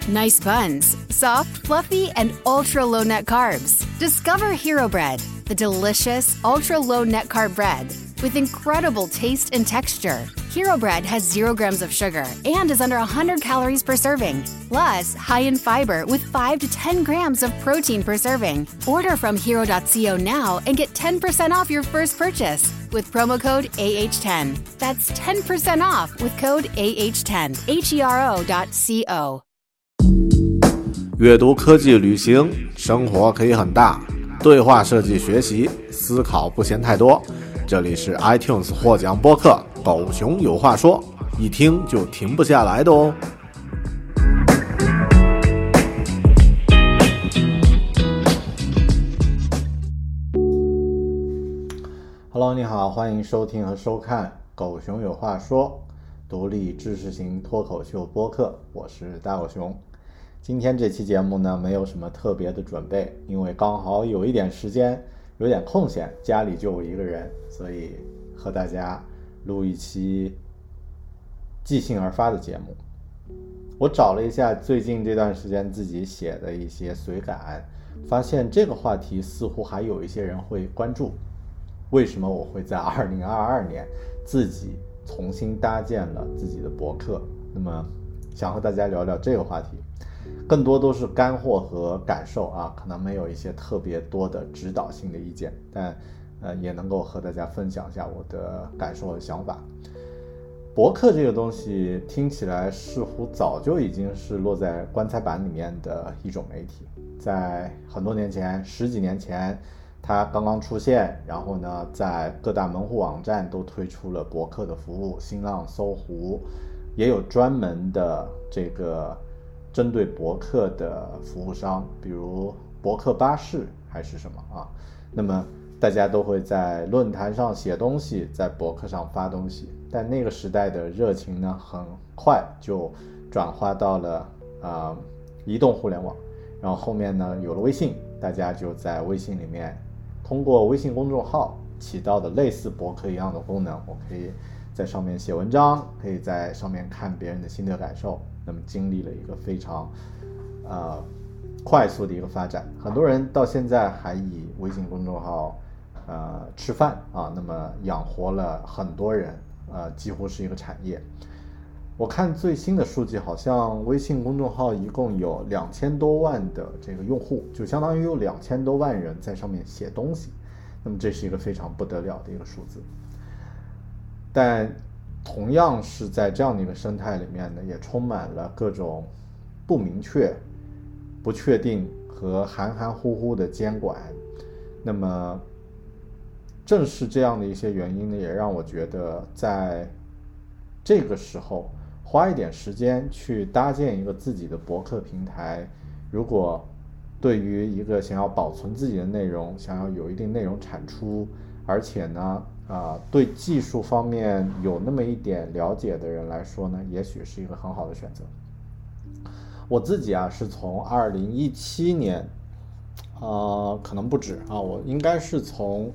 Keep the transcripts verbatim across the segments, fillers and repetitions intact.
Nice buns, soft, fluffy, and ultra-low net carbs. Discover Hero Bread, the delicious, ultra-low net carb bread with incredible taste and texture. Hero Bread has zero grams of sugar and is under one hundred calories per serving. Plus, high in fiber with five to ten grams of protein per serving. Order from hero dot co now and get ten percent off your first purchase with promo code A H ten. That's ten percent off with code A H ten. H E R O dot C O. 阅读、科技、旅行，生活可以很大。对话设计学习，思考不嫌太多。这里是 iTunes 获奖播客《狗熊有话说》，一听就停不下来的哦。Hello， 你好，欢迎收听和收看《狗熊有话说》，独立知识型脱口秀播客，我是大狗熊。今天这期节目呢，没有什么特别的准备，因为刚好有一点时间，有点空闲，家里就我一个人，所以和大家录一期即兴而发的节目。我找了一下最近这段时间自己写的一些随感，发现这个话题似乎还有一些人会关注。为什么我会在二零二二年自己重新搭建了自己的博客？那么想和大家聊聊这个话题，更多都是干货和感受啊，可能没有一些特别多的指导性的意见，但呃也能够和大家分享一下我的感受和想法。博客这个东西听起来似乎早就已经是落在棺材板里面的一种媒体，在很多年前，十几年前它刚刚出现，然后呢在各大门户网站都推出了博客的服务，新浪、搜狐也有专门的这个针对博客的服务商，比如博客巴士还是什么啊？那么大家都会在论坛上写东西，在博客上发东西，但那个时代的热情呢，很快就转化到了呃移动互联网，然后后面呢有了微信，大家就在微信里面通过微信公众号起到的类似博客一样的功能，我可以在上面写文章，可以在上面看别人的心得感受。那么经历了一个非常呃快速的一个发展，很多人到现在还以微信公众号呃吃饭啊，那么养活了很多人，呃几乎是一个产业。我看最新的数据，好像微信公众号一共有两千多万的这个用户，就相当于有两千多万人在上面写东西，那么这是一个非常不得了的一个数字。但同样是在这样的一个生态里面呢，也充满了各种不明确、不确定和含含糊糊的监管。那么正是这样的一些原因呢，也让我觉得在这个时候花一点时间去搭建一个自己的博客平台，如果对于一个想要保存自己的内容，想要有一定内容产出，而且呢啊、呃，对技术方面有那么一点了解的人来说呢，也许是一个很好的选择。我自己啊，是从二零一七年，呃，可能不止啊，我应该是从，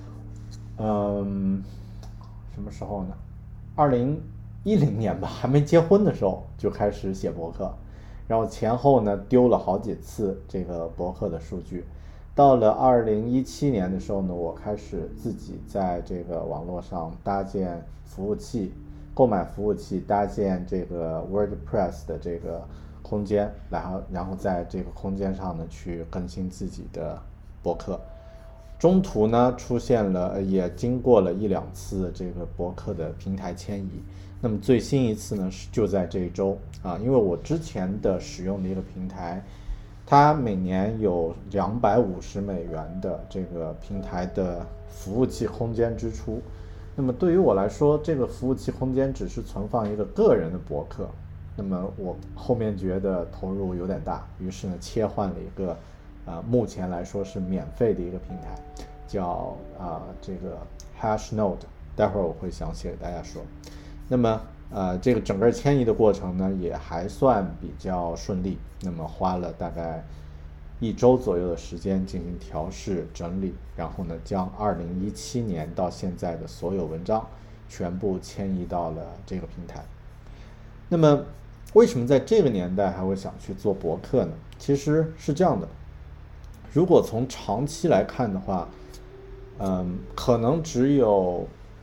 嗯，什么时候呢？二零一零年吧，还没结婚的时候就开始写博客，然后前后呢丢了好几次这个博客的数据。到了二零一七年的时候呢，我开始自己在这个网络上搭建服务器，购买服务器，搭建这个 WordPress 的这个空间，然后然后在这个空间上呢去更新自己的博客。中途呢出现了，也经过了一两次这个博客的平台迁移。那么最新一次呢是就在这一周啊，因为我之前的使用的一个平台，它每年有两百五十美元的这个平台的服务器空间支出。那么对于我来说，这个服务器空间只是存放一个个人的博客，那么我后面觉得投入有点大，于是呢切换了一个呃目前来说是免费的一个平台，叫啊、呃、这个 Hashnode， 待会儿我会详细给大家说。那么呃，这个整个迁移的过程呢，也还算比较顺利。那么花了大概一周左右的时间进行调试整理，然后呢，将二零一七年到现在的所有文章全部迁移到了这个平台。那么为什么在这个年代还会想去做博客呢？其实是这样的，如果从长期来看的话，嗯，可能只有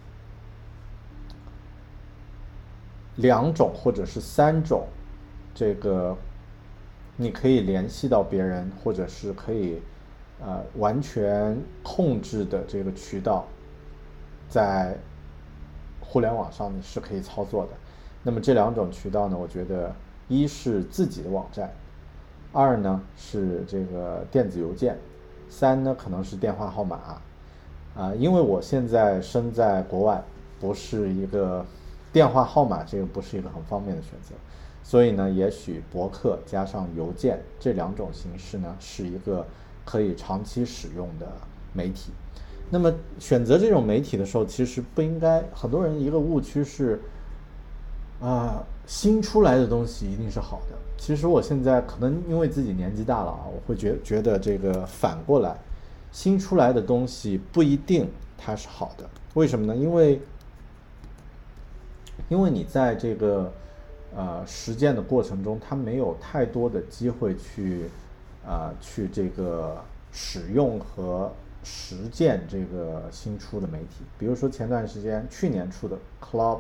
两种或者是三种，这个你可以联系到别人，或者是可以呃完全控制的这个渠道，在互联网上你是可以操作的。那么这两种渠道呢，我觉得一是自己的网站，二呢是这个电子邮件，三呢可能是电话号码啊、呃。因为我现在身在国外，不是一个电话号码这个不是一个很方便的选择，所以呢，也许博客加上邮件这两种形式呢，是一个可以长期使用的媒体。那么选择这种媒体的时候，其实不应该，很多人一个误区是啊、呃，新出来的东西一定是好的。其实我现在可能因为自己年纪大了啊，我会觉觉得这个反过来，新出来的东西不一定它是好的。为什么呢？因为因为你在这个呃实践的过程中，它没有太多的机会去啊、呃、去这个使用和实践这个新出的媒体。比如说前段时间去年出的 Clubhouse，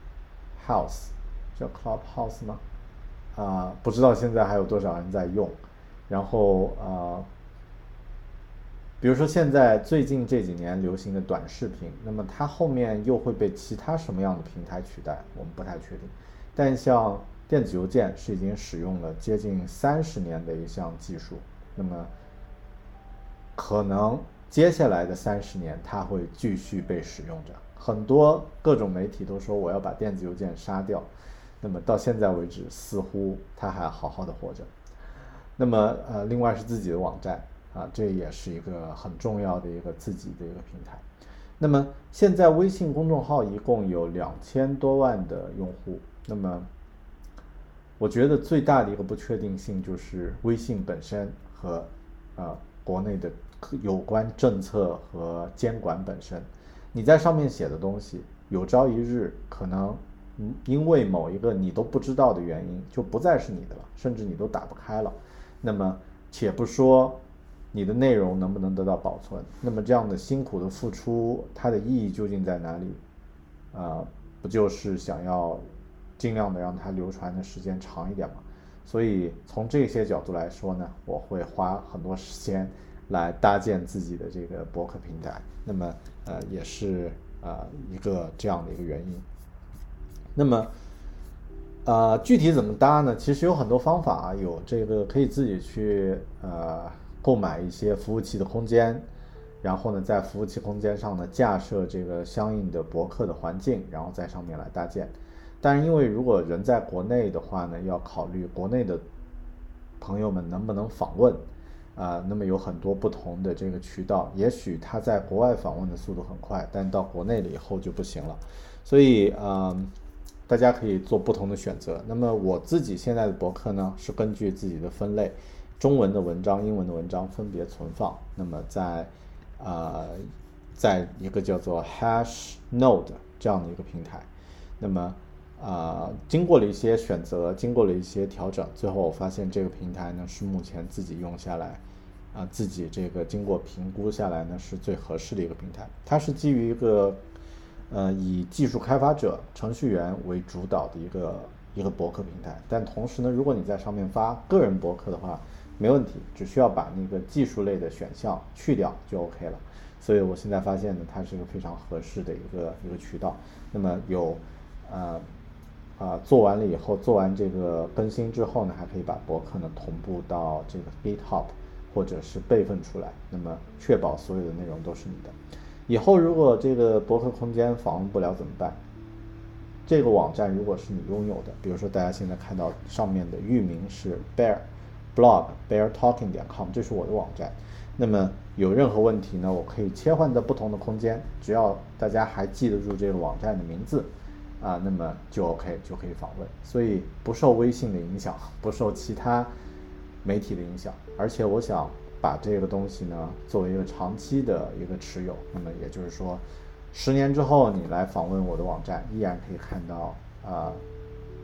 叫 Clubhouse 吗？啊、呃，不知道现在还有多少人在用。然后啊、呃，比如说现在最近这几年流行的短视频，那么它后面又会被其他什么样的平台取代，我们不太确定。但像电子邮件是已经使用了接近三十年的一项技术，那么可能接下来的三十年它会继续被使用着。很多各种媒体都说我要把电子邮件杀掉，那么到现在为止似乎它还好好的活着。那么呃，另外是自己的网站啊，这也是一个很重要的一个自己的一个平台。那么现在微信公众号一共有两千多万的用户，那么我觉得最大的一个不确定性就是微信本身和呃国内的有关政策和监管本身。你在上面写的东西，有朝一日可能因为某一个你都不知道的原因就不再是你的了，甚至你都打不开了。那么且不说你的内容能不能得到保存，那么这样的辛苦的付出，它的意义究竟在哪里？啊、呃，不就是想要尽量的让它流传的时间长一点嘛？所以从这些角度来说呢，我会花很多时间来搭建自己的这个博客平台。那么呃，也是呃一个这样的一个原因。那么呃，具体怎么搭呢？其实有很多方法啊，有这个可以自己去呃购买一些服务器的空间，然后呢，在服务器空间上呢架设这个相应的博客的环境，然后在上面来搭建。但是因为如果人在国内的话呢，要考虑国内的朋友们能不能访问啊、呃，那么有很多不同的这个渠道，也许他在国外访问的速度很快，但到国内了以后就不行了。所以呃。大家可以做不同的选择。那么我自己现在的博客呢，是根据自己的分类，中文的文章、英文的文章分别存放。那么在呃，在一个叫做 HashNode 这样的一个平台。那么啊、呃，经过了一些选择，经过了一些调整，最后我发现这个平台呢是目前自己用下来啊、呃，自己这个经过评估下来呢是最合适的一个平台。它是基于一个呃，以技术开发者、程序员为主导的一个一个博客平台，但同时呢，如果你在上面发个人博客的话，没问题，只需要把那个技术类的选项去掉就 OK 了。所以我现在发现呢，它是一个非常合适的一个一个渠道。那么有呃啊、呃、做完了以后，做完这个更新之后呢，还可以把博客呢同步到这个 GitHub 或者是备份出来，那么确保所有的内容都是你的。以后如果这个博客空间访问不了怎么办？这个网站如果是你拥有的，比如说大家现在看到上面的域名是 bear blog bear talking 点 com， 这是我的网站。那么有任何问题呢，我可以切换到不同的空间，只要大家还记得住这个网站的名字啊，那么就 OK 就可以访问。所以不受微信的影响，不受其他媒体的影响，而且我想把这个东西呢作为一个长期的一个持有，那么也就是说，十年之后你来访问我的网站，依然可以看到啊、呃、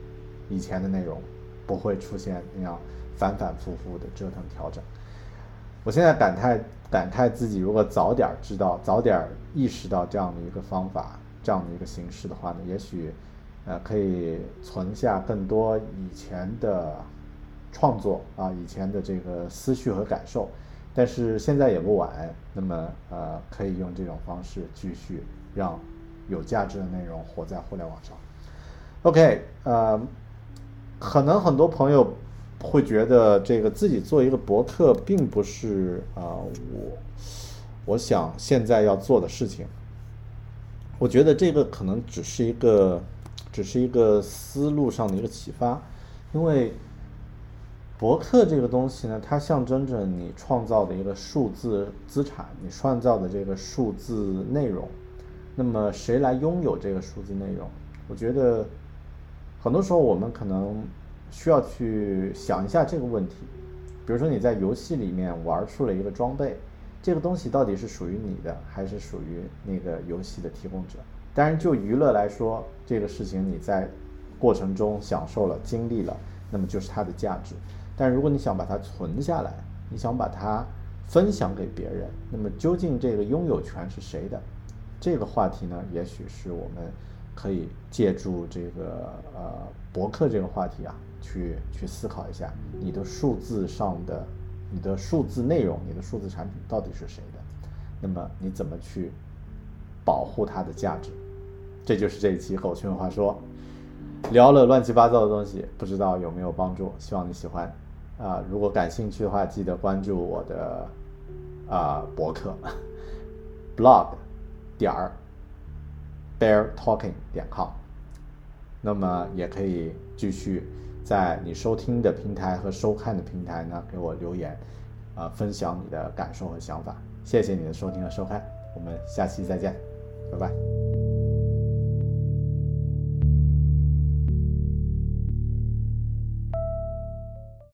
以前的内容，不会出现那样反反复复的折腾调整。我现在感慨感慨自己如果早点知道，早点意识到这样的一个方法，这样的一个形式的话呢，也许呃可以存下更多以前的创作啊，以前的这个思绪和感受。但是现在也不晚，那么呃可以用这种方式继续让有价值的内容活在互联网上。OK， 呃，可能很多朋友会觉得这个自己做一个博客并不是啊、呃、我我想现在要做的事情。我觉得这个可能只是一个只是一个思路上的一个启发，因为博客这个东西呢，它象征着你创造的一个数字资产，你创造的这个数字内容。那么谁来拥有这个数字内容？我觉得很多时候我们可能需要去想一下这个问题。比如说你在游戏里面玩出了一个装备，这个东西到底是属于你的，还是属于那个游戏的提供者？当然就娱乐来说，这个事情你在过程中享受了经历了，那么就是它的价值。但如果你想把它存下来，你想把它分享给别人，那么究竟这个拥有权是谁的？这个话题呢，也许是我们可以借助这个呃博客这个话题啊，去去思考一下，你的数字上的、你的数字内容、你的数字产品到底是谁的？那么你怎么去保护它的价值？这就是这一期狗熊有话说，聊了乱七八糟的东西，不知道有没有帮助？希望你喜欢。啊、呃，如果感兴趣的话，记得关注我的啊、呃、博客 blog 点儿 bear talking 点 com。那么也可以继续在你收听的平台和收看的平台呢给我留言，啊、呃，分享你的感受和想法。谢谢你的收听和收看，我们下期再见，拜拜。